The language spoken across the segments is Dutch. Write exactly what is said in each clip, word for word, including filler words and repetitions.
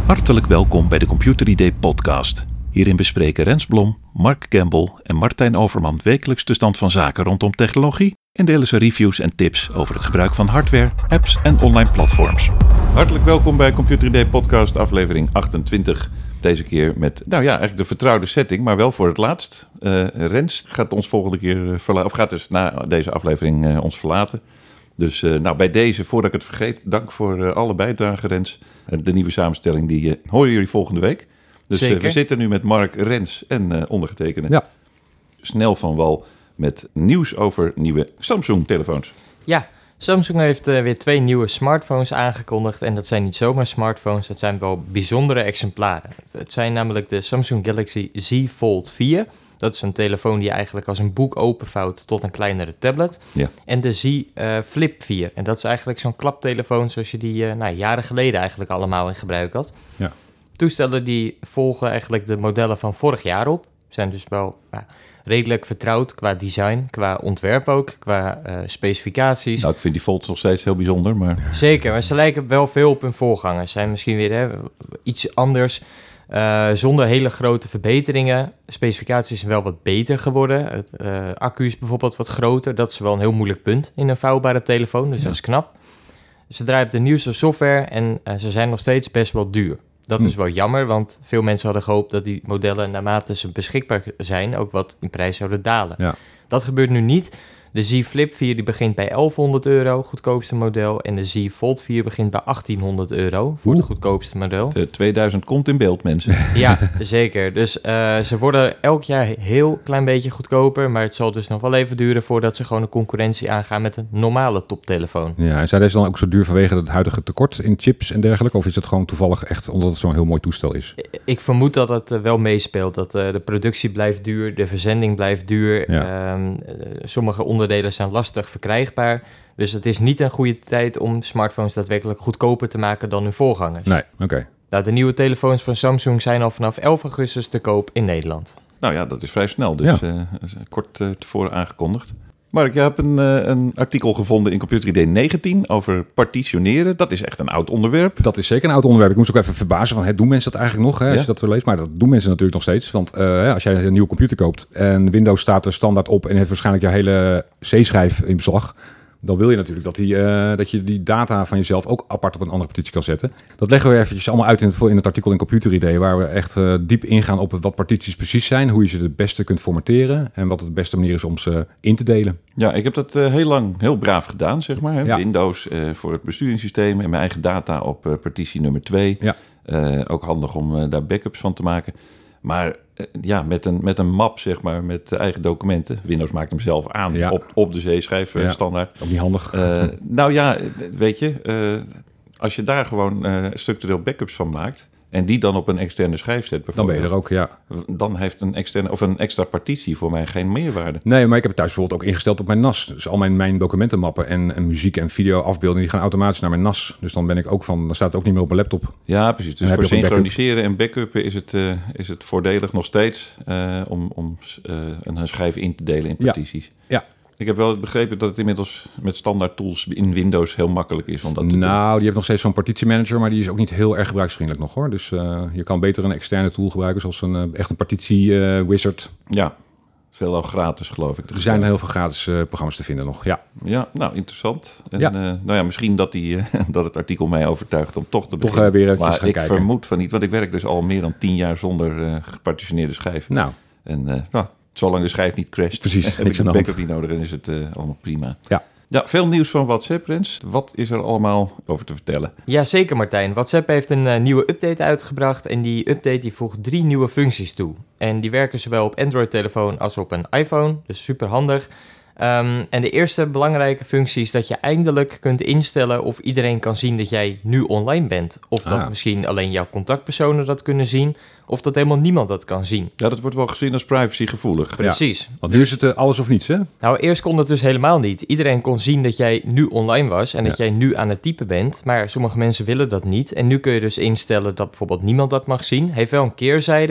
Hartelijk welkom bij de Computer I D podcast. Hierin bespreken Rens Blom, Mark Campbell en Martijn Overman wekelijks de stand van zaken rondom technologie en delen ze reviews en tips over het gebruik van hardware, apps en online platforms. Hartelijk welkom bij Computer I D podcast aflevering achtentwintig. Deze keer met, nou ja, eigenlijk de vertrouwde setting, maar wel voor het laatst. Uh, Rens gaat ons volgende keer verlaten, of gaat dus na deze aflevering uh, ons verlaten. Dus uh, nou, bij deze, voordat ik het vergeet, dank voor uh, alle bijdragen, Rens. Uh, de nieuwe samenstelling, die uh, horen jullie volgende week. Dus uh, we zitten nu met Mark, Rens en uh, ondergetekende. Ja. Snel van wal met nieuws over nieuwe Samsung-telefoons. Ja, Samsung heeft uh, weer twee nieuwe smartphones aangekondigd. En dat zijn niet zomaar smartphones, dat zijn wel bijzondere exemplaren. Het, het zijn namelijk de Samsung Galaxy Z Fold vier. Dat is een telefoon die je eigenlijk als een boek openvouwt tot een kleinere tablet. Ja. En de Z uh, Flip vier. En dat is eigenlijk zo'n klaptelefoon zoals je die uh, nou, jaren geleden eigenlijk allemaal in gebruik had. Ja. Toestellen die volgen eigenlijk de modellen van vorig jaar op. Zijn dus wel nou, redelijk vertrouwd qua design, qua ontwerp ook, qua uh, specificaties. Nou, ik vind die Fold nog steeds heel bijzonder, maar... Zeker, maar ze lijken wel veel op hun voorgangers. Zijn misschien weer hè, iets anders... Uh, zonder hele grote verbeteringen. De specificaties zijn wel wat beter geworden. Het uh, accu is bijvoorbeeld wat groter. Dat is wel een heel moeilijk punt in een vouwbare telefoon. Dus ja. Dat is knap. Ze draaien op de nieuwste software en uh, ze zijn nog steeds best wel duur. Dat hm. is wel jammer, want veel mensen hadden gehoopt dat die modellen naarmate ze beschikbaar zijn ook wat in prijs zouden dalen. Ja. Dat gebeurt nu niet. De Z Flip vier die begint bij elfhonderd euro, goedkoopste model. En de Z Fold vier begint bij achttienhonderd euro voor het goedkoopste model. De tweeduizend komt in beeld, mensen. Ja, zeker. Dus uh, ze worden elk jaar heel klein beetje goedkoper. Maar het zal dus nog wel even duren voordat ze gewoon een concurrentie aangaan met een normale toptelefoon. Ja, en zijn deze dan ook zo duur vanwege het huidige tekort in chips en dergelijke? Of is het gewoon toevallig echt omdat het zo'n heel mooi toestel is? Ik vermoed dat het uh, wel meespeelt. Dat uh, de productie blijft duur, de verzending blijft duur. Ja. Um, uh, sommige onderdelen zijn lastig verkrijgbaar. Dus het is niet een goede tijd om smartphones daadwerkelijk goedkoper te maken dan hun voorgangers. Nee, oké. Okay. Nou, de nieuwe telefoons van Samsung zijn al vanaf elf augustus te koop in Nederland. Nou ja, dat is vrij snel, dus ja. uh, kort uh, tevoren aangekondigd. Mark, je hebt een, uh, een artikel gevonden in Computer I D negentien over partitioneren. Dat is echt een oud onderwerp. Dat is zeker een oud onderwerp. Ik moest ook even verbazen van, hè, doen mensen dat eigenlijk nog? Hè, als ja? je dat zo leest, maar dat doen mensen natuurlijk nog steeds. Want uh, als jij een nieuwe computer koopt en Windows staat er standaard op en heeft waarschijnlijk je hele C-schijf in beslag, dan wil je natuurlijk dat, die, uh, dat je die data van jezelf ook apart op een andere partitie kan zetten. Dat leggen we eventjes allemaal uit in het, in het artikel in Computer I D, waar we echt uh, diep ingaan op wat partities precies zijn, hoe je ze het beste kunt formateren en wat de beste manier is om ze in te delen. Ja, ik heb dat uh, heel lang heel braaf gedaan, zeg maar. Hè? Ja. Windows uh, voor het besturingssysteem en mijn eigen data op uh, partitie nummer twee. Ja. Uh, ook handig om uh, daar backups van te maken. Maar uh, ja, met een, met een map, zeg maar, met uh, eigen documenten. Windows maakt hem zelf aan ja. op, op de C-schijf uh, ja. standaard. Ook niet handig. Uh, nou ja, weet je, uh, als je daar gewoon uh, structureel backups van maakt en die dan op een externe schijf zet bijvoorbeeld, dan ben je er ook, ja. Dan heeft een externe of een extra partitie voor mij geen meerwaarde. Nee, maar ik heb het thuis bijvoorbeeld ook ingesteld op mijn N A S. Dus al mijn, mijn documentenmappen en, en muziek en video afbeeldingen, die gaan automatisch naar mijn N A S. Dus dan ben ik ook van, dan staat het ook niet meer op mijn laptop. Ja, precies. Dus voor synchroniseren en backuppen is het, uh, is het voordelig nog steeds uh, om, om uh, een schijf in te delen in partities. Ja. ja. Ik heb wel begrepen dat het inmiddels met standaard tools in Windows heel makkelijk is om dat te nou, doen. Nou, die heeft nog steeds zo'n partitiemanager, maar die is ook niet heel erg gebruiksvriendelijk nog, hoor. Dus uh, je kan beter een externe tool gebruiken, zoals een uh, echt een partitie-wizard. Uh, ja, veelal gratis, geloof ik. Er zijn heel veel gratis uh, programma's te vinden nog, ja. Ja, nou, interessant. En, ja. Uh, nou ja, misschien dat, die, uh, dat het artikel mij overtuigt om toch te toch uh, weer maar gaan ik kijken. vermoed van niet, want ik werk dus al meer dan tien jaar zonder uh, gepartitioneerde schijven. Nou. En uh, nou, zolang de schijf niet crasht, precies, heb ik de backup niet nodig en is het uh, allemaal prima. Ja. Ja, veel nieuws van WhatsApp, Rens. Wat is er allemaal over te vertellen? Ja, zeker Martijn. WhatsApp heeft een uh, nieuwe update uitgebracht en die update die voegt drie nieuwe functies toe. En die werken zowel op Android-telefoon als op een iPhone, dus super handig. Um, en de eerste belangrijke functie is dat je eindelijk kunt instellen of iedereen kan zien dat jij nu online bent. Of dat ah. misschien alleen jouw contactpersonen dat kunnen zien, of dat helemaal niemand dat kan zien. Ja, dat wordt wel gezien als privacygevoelig. Precies. Ja, want nu is het uh, alles of niets, hè? Nou, eerst kon dat dus helemaal niet. Iedereen kon zien dat jij nu online was en dat ja. jij nu aan het typen bent. Maar sommige mensen willen dat niet. En nu kun je dus instellen dat bijvoorbeeld niemand dat mag zien. Heeft wel een keerzijde.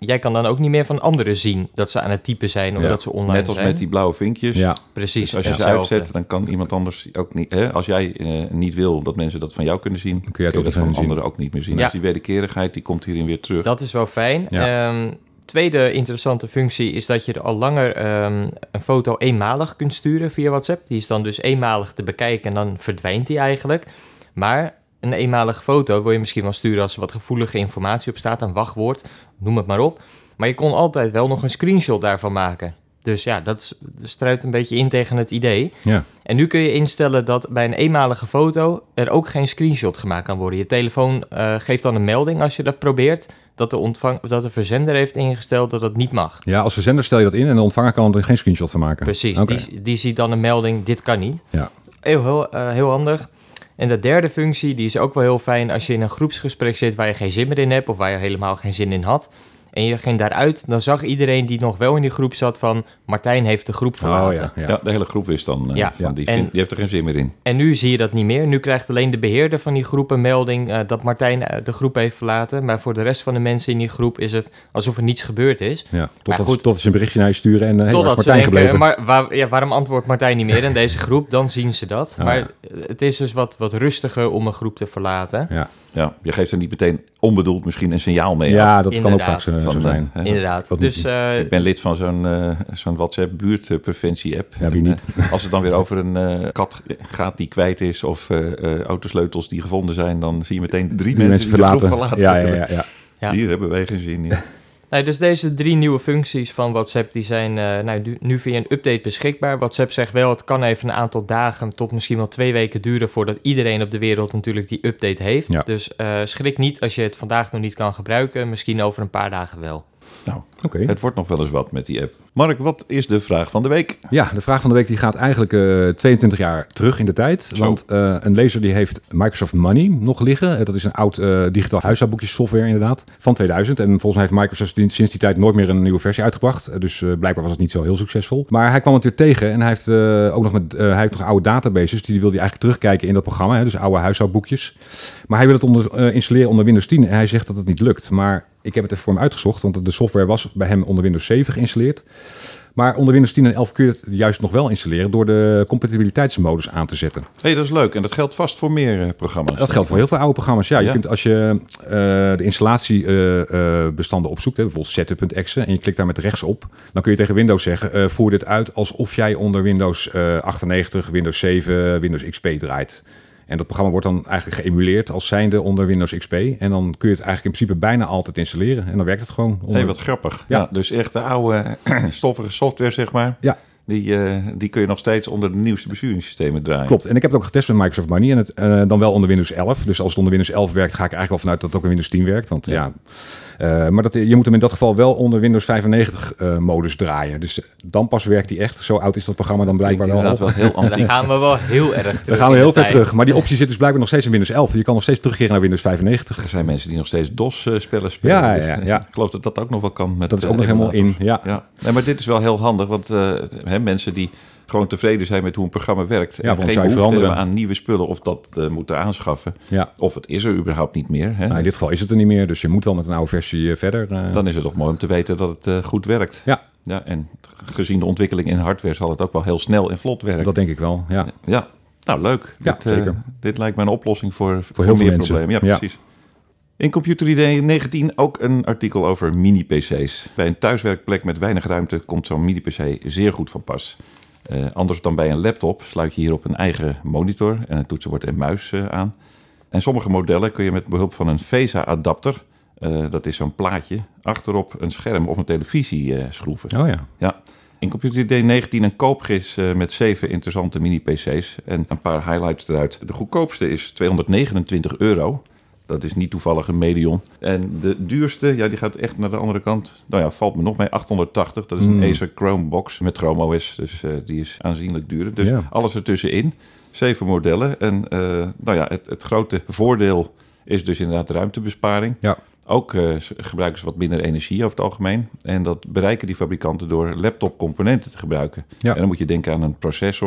jij kan dan ook niet meer van anderen zien dat ze aan het typen zijn of Ja, dat ze online net als zijn. met die blauwe vinkjes. Ja. Precies. Dus als je ze hetzelfde. uitzet, dan kan iemand anders ook niet... Hè? Als jij uh, niet wil dat mensen dat van jou kunnen zien... dan kun je het ook dat van van hen zien. anderen ook niet meer zien. Ja. Dus die wederkerigheid die komt hierin weer terug. Dat is wel fijn. Ja. Ehm, tweede interessante functie is dat je er al langer ehm, een foto eenmalig kunt sturen via WhatsApp. Die is dan dus eenmalig te bekijken en dan verdwijnt die eigenlijk. Maar een eenmalige foto wil je misschien wel sturen als er wat gevoelige informatie op staat, een wachtwoord, noem het maar op. Maar je kon altijd wel nog een screenshot daarvan maken. Dus ja, dat struikt een beetje in tegen het idee. Ja. En nu kun je instellen dat bij een eenmalige foto er ook geen screenshot gemaakt kan worden. Je telefoon uh, geeft dan een melding als je dat probeert, dat de, ontvang, dat de verzender heeft ingesteld dat dat niet mag. Ja, als verzender stel je dat in en de ontvanger kan er geen screenshot van maken. Precies, Okay. die, die ziet dan een melding, dit kan niet. Ja. Heel, heel, uh, heel handig. En de derde functie, die is ook wel heel fijn als je in een groepsgesprek zit waar je geen zin meer in hebt of waar je helemaal geen zin in had. En je ging daaruit, dan zag iedereen die nog wel in die groep zat van Martijn heeft de groep verlaten. Oh, ja, ja. Ja, de hele groep wist dan uh, Ja. van die, En- die heeft er geen zin meer in. En nu zie je dat niet meer. Nu krijgt alleen de beheerder van die groep een melding uh, dat Martijn uh, de groep heeft verlaten. Maar voor de rest van de mensen in die groep is het alsof er niets gebeurd is. Ja, Maar totdat, goed. totdat ze een berichtje naar je sturen en uh, hey, waar is Totdat ze Martijn denken, gebleven? maar waar, ja, waarom antwoordt Martijn niet meer in deze groep? Dan zien ze dat. Oh, maar ja. het is dus wat, wat rustiger om een groep te verlaten. Ja, Ja, je geeft er niet meteen onbedoeld misschien een signaal mee af. ja dat kan ook Inderdaad. vaak zo, zo Van, zijn. uh, hè, Inderdaad. dat Dus niet. uh, Ik ben lid van zo'n, uh, zo'n WhatsApp-buurtpreventie-app. Ja, wie En, niet? uh, als het dan weer over een uh, kat gaat die kwijt is of uh, uh, autosleutels die gevonden zijn, dan zie je meteen drie, Die mensen, mensen die de groep verlaten. verlaten. Ja, ja, ja, ja. Ja. Hier hebben wij geen zin in. Nou, dus deze drie nieuwe functies van WhatsApp die zijn uh, nou, nu, nu via een update beschikbaar. WhatsApp zegt wel, het kan even een aantal dagen tot misschien wel twee weken duren voordat iedereen op de wereld natuurlijk die update heeft. Ja. Dus uh, schrik niet als je het vandaag nog niet kan gebruiken. Misschien over een paar dagen wel. Nou, Oké. het wordt nog wel eens wat met die app. Mark, wat is de vraag van de week? Ja, de vraag van de week die gaat eigenlijk uh, tweeëntwintig jaar terug in de tijd. Zo. Want uh, een lezer die heeft Microsoft Money nog liggen. Uh, dat is een oud uh, digitaal huishoudboekjessoftware inderdaad, van tweeduizend. En volgens mij heeft Microsoft die, sinds die tijd nooit meer een nieuwe versie uitgebracht. Uh, dus uh, blijkbaar was het niet zo heel succesvol. Maar hij kwam het weer tegen en hij heeft uh, ook nog met, uh, hij heeft nog oude databases. Die wil hij eigenlijk terugkijken in dat programma. Hè, dus oude huishoudboekjes. Maar hij wil het onder, uh, installeren onder Windows tien en hij zegt dat het niet lukt. Maar ik heb het even voor hem uitgezocht, want de software was bij hem onder Windows zeven geïnstalleerd. Maar onder Windows tien en elf kun je het juist nog wel installeren door de compatibiliteitsmodus aan te zetten. Hé, hey, dat is leuk. En dat geldt vast voor meer uh, programma's. Dat geldt voor heel veel oude programma's. Ja, je Ja. kunt als je uh, de installatiebestanden uh, uh, opzoekt, hè, bijvoorbeeld setup.exe, en je klikt daar met rechts op, dan kun je tegen Windows zeggen, uh, voer dit uit alsof jij onder Windows uh, achtennegentig, Windows zeven, Windows X P draait. En dat programma wordt dan eigenlijk geëmuleerd als zijnde onder Windows X P. En dan kun je het eigenlijk in principe bijna altijd installeren. En dan werkt het gewoon. Hé, Onder... hey, wat grappig. Ja. Ja. Dus echt de oude stoffige software, zeg maar. Ja. Die, uh, die kun je nog steeds onder de nieuwste besturingssystemen draaien. Klopt. En ik heb het ook getest met Microsoft Money. En het, uh, dan wel onder Windows elf. Dus als het onder Windows elf werkt, ga ik eigenlijk wel vanuit dat het ook in Windows tien werkt. Want ja, ja uh, maar dat, je moet hem in dat geval wel onder Windows vijfennegentig uh, modus draaien. Dus dan pas werkt hij echt. Zo oud is dat programma dan blijkbaar wel. Inderdaad wel heel Dan antiek. gaan we wel heel erg terug. Dan gaan we in heel de ver tijd. terug. Maar die optie zit dus blijkbaar nog steeds in Windows elf. Je kan nog steeds terugkeren naar Windows vijfennegentig. Er zijn mensen die nog steeds DOS-spellen spelen. Ja, Dus, ja, uh, ja. Ik geloof dat dat ook nog wel kan. Met, Dat is ook uh, nog helemaal in. emulators. Ja. Ja. Nee, maar dit is wel heel handig. Want uh, hè, mensen die gewoon tevreden zijn met hoe een programma werkt. Ja, en waarom geen zou je behoefte veranderen? hebben aan nieuwe spullen of dat uh, moeten aanschaffen. Ja. Of het is er überhaupt niet meer. Hè? Nou, in dit geval is het er niet meer. Dus je moet wel met een oude versie uh, verder. Uh... Dan is het toch mooi om te weten dat het uh, goed werkt. Ja. Ja, en gezien de ontwikkeling in hardware zal het ook wel heel snel en vlot werken. Dat denk ik wel, ja. Ja, nou leuk. Ja, dit, uh, zeker. dit lijkt me een oplossing voor, voor, heel veel meer mensen. problemen. Ja, Ja. precies. In Computer I D negentien ook een artikel over mini-P C's. Bij een thuiswerkplek met weinig ruimte komt zo'n mini-P C zeer goed van pas. Uh, anders dan bij een laptop sluit je hierop een eigen monitor en een toetsenbord en muis uh, aan. En sommige modellen kun je met behulp van een VESA-adapter, uh, dat is zo'n plaatje, achterop een scherm of een televisie uh, schroeven. Oh ja. Ja. In Computer I D negentien een koopgis uh, met zeven interessante mini-P C's en een paar highlights eruit. De goedkoopste is tweehonderdnegenentwintig euro. Dat is niet toevallig een Medion. En de duurste, ja, die gaat echt naar de andere kant. Nou ja, valt me nog mee, achthonderdtachtig. Dat is een Mm. Acer Chromebox met Chrome O S. Dus uh, die is aanzienlijk duurder. Dus Ja. alles ertussenin. Zeven modellen. En uh, nou ja, het, het grote voordeel is dus inderdaad ruimtebesparing. Ja. Ook uh, gebruiken ze wat minder energie over het algemeen. En dat bereiken die fabrikanten door laptopcomponenten te gebruiken. Ja. En dan moet je denken aan een processor,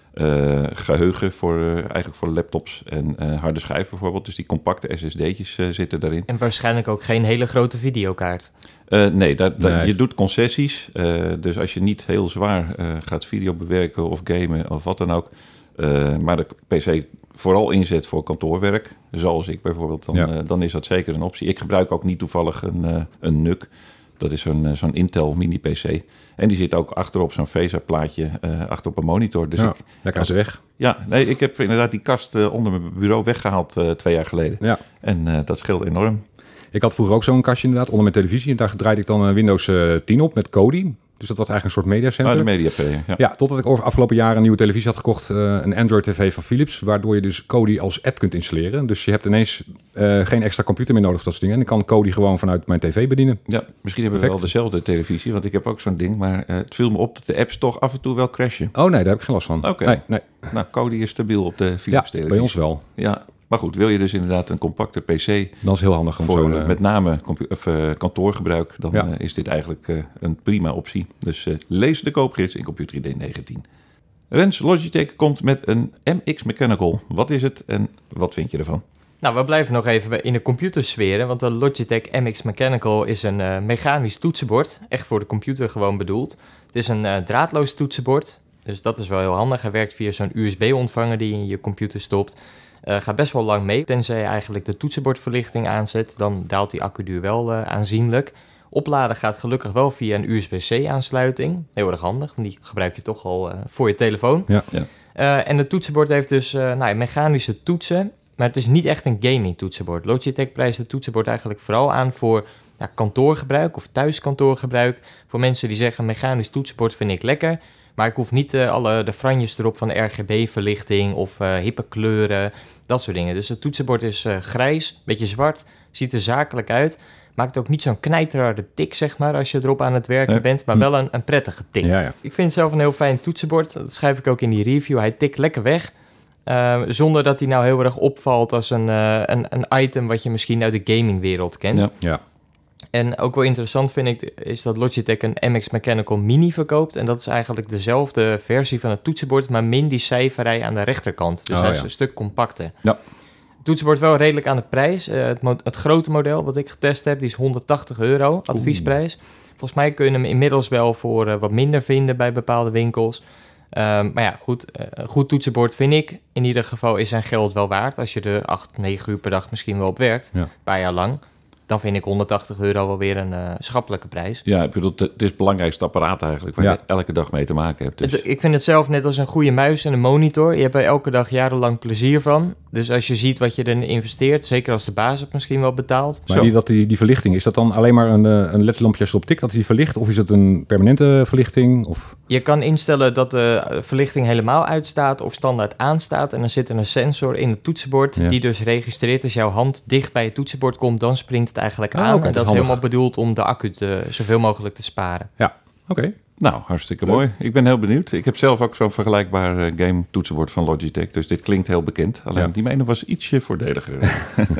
Uh, geheugen voor, uh, eigenlijk voor laptops en uh, harde schijf bijvoorbeeld. Dus die compacte S S D'tjes uh, zitten daarin. En waarschijnlijk ook geen hele grote videokaart. Uh, nee, dat, dat, nee, je doet concessies. Uh, dus als je niet heel zwaar uh, gaat video bewerken of gamen of wat dan ook... Uh, maar de P C vooral inzet voor kantoorwerk, zoals ik bijvoorbeeld, dan, ja. uh, dan is dat zeker een optie. Ik gebruik ook niet toevallig een, uh, een N U C. Dat is zo'n, uh, zo'n Intel mini-P C. En die zit ook achterop zo'n VESA-plaatje, uh, achter op een monitor. Dus ja, ik, lekker als weg. Ja, nee, ik heb inderdaad die kast uh, onder mijn bureau weggehaald uh, twee jaar geleden. Ja. En uh, dat scheelt enorm. Ik had vroeger ook zo'n kastje inderdaad onder mijn televisie. En daar draaide ik dan uh, Windows uh, tien op met Kodi. Dus dat was eigenlijk een soort mediacenter. Ah, de mediaplayer, ja. Ja, totdat ik over afgelopen jaren een nieuwe televisie had gekocht. Uh, een Android T V van Philips. Waardoor je dus Kodi als app kunt installeren. Dus je hebt ineens uh, geen extra computer meer nodig voor dat soort dingen. En ik kan Kodi gewoon vanuit mijn tv bedienen. Ja, misschien hebben Perfect. we wel dezelfde televisie. Want ik heb ook zo'n ding. Maar uh, het viel me op dat de apps toch af en toe wel crashen. Oh nee, daar heb ik geen last van. Oké. Okay. Nee, nee. Nou, Kodi is stabiel op de Philips ja, televisie. bij ons wel. Ja. Maar goed, wil je dus inderdaad een compacte P C... Dat is heel handig. Om voor zo'n, uh, met name compu- of, uh, kantoorgebruik, dan ja. uh, is dit eigenlijk uh, een prima optie. Dus uh, lees de koopgids in Computer I D negentien. Rens, Logitech komt met een M X Mechanical. Wat is het en wat vind je ervan? Nou, we blijven nog even in de computersfeer, want de Logitech M X Mechanical is een uh, mechanisch toetsenbord. Echt voor de computer gewoon bedoeld. Het is een uh, draadloos toetsenbord, dus dat is wel heel handig. Hij werkt via zo'n U S B-ontvanger die je in je computer stopt. Uh, gaat best wel lang mee. Tenzij je eigenlijk de toetsenbordverlichting aanzet, dan daalt die accuduur wel uh, aanzienlijk. Opladen gaat gelukkig wel via een U S B C-aansluiting. Heel erg handig, want die gebruik je toch al uh, voor je telefoon. Ja. Ja. Uh, en het toetsenbord heeft dus uh, nou, mechanische toetsen, maar het is niet echt een gaming toetsenbord. Logitech prijst het toetsenbord eigenlijk vooral aan voor ja, kantoorgebruik of thuiskantoorgebruik. Voor mensen die zeggen, mechanisch toetsenbord vind ik lekker, maar ik hoef niet uh, alle de franjes erop van de R G B-verlichting of uh, hippe kleuren, dat soort dingen. Dus het toetsenbord is uh, grijs, beetje zwart, ziet er zakelijk uit. Maakt ook niet zo'n knijterharde tik, zeg maar, als je erop aan het werken nee. bent, maar wel een, een prettige tik. Ja, ja. Ik vind het zelf een heel fijn toetsenbord. Dat schrijf ik ook in die review. Hij tikt lekker weg, uh, zonder dat hij nou heel erg opvalt als een, uh, een, een item wat je misschien uit de gamingwereld kent. Ja. Ja. En ook wel interessant vind ik, is dat Logitech een M X Mechanical Mini verkoopt. En dat is eigenlijk dezelfde versie van het toetsenbord, maar min die cijferrij aan de rechterkant. Dus oh, hij is ja. een stuk compacter. Ja. Het toetsenbord wel redelijk aan de prijs. Uh, het, mo- het grote model wat ik getest heb, die is honderdtachtig euro, adviesprijs. Oeh. Volgens mij kun je hem inmiddels wel voor uh, wat minder vinden bij bepaalde winkels. Um, maar ja, goed, uh, een goed toetsenbord vind ik in ieder geval is zijn geld wel waard. Als je er acht, negen uur per dag misschien wel op werkt, ja. een paar jaar lang. Dan vind ik honderdtachtig euro wel weer een uh, schappelijke prijs. Ja, ik bedoel, het is het belangrijkste apparaat eigenlijk, waar ja. je elke dag mee te maken hebt. Dus. Het, ik vind het zelf net als een goede muis en een monitor. Je hebt er elke dag jarenlang plezier van. Dus als je ziet wat je erin investeert, zeker als de baas het misschien wel betaalt. Maar die, dat die, die verlichting, is dat dan alleen maar een, een L E D-lampje als je op tikt dat die verlicht? Of is het een permanente verlichting? Of? Je kan instellen dat de verlichting helemaal uitstaat of standaard aanstaat. En dan zit er een sensor in het toetsenbord ja. die dus registreert als jouw hand dicht bij het toetsenbord komt, dan springt het eigenlijk aan. Oh, okay, en dat is handig. Helemaal bedoeld om de accu te, zoveel mogelijk te sparen. Ja, oké. Okay. Nou, hartstikke Leuk. mooi. Ik ben heel benieuwd. Ik heb zelf ook zo'n vergelijkbaar uh, game toetsenbord van Logitech. Dus dit klinkt heel bekend. Alleen ja. die mijne was ietsje voordeliger.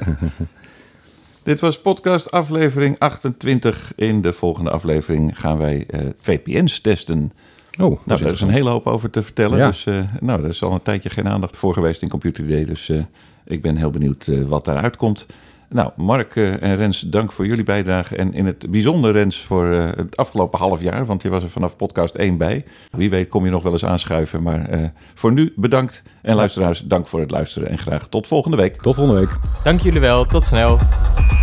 Dit was podcast aflevering achtentwintig. In de volgende aflevering gaan wij uh, V P N's testen. Oh, nou, daar is een hele hoop over te vertellen. Ja. Dus uh, nou, er is al een tijdje geen aandacht voor geweest in Computer I D. Dus uh, ik ben heel benieuwd uh, wat daaruit komt. Nou, Mark uh, en Rens, dank voor jullie bijdrage. En in het bijzonder, Rens, voor uh, het afgelopen half jaar. Want je was er vanaf podcast één bij. Wie weet kom je nog wel eens aanschuiven. Maar uh, voor nu bedankt. En luisteraars, dank voor het luisteren. En graag tot volgende week. Tot volgende week. Dank jullie wel. Tot snel.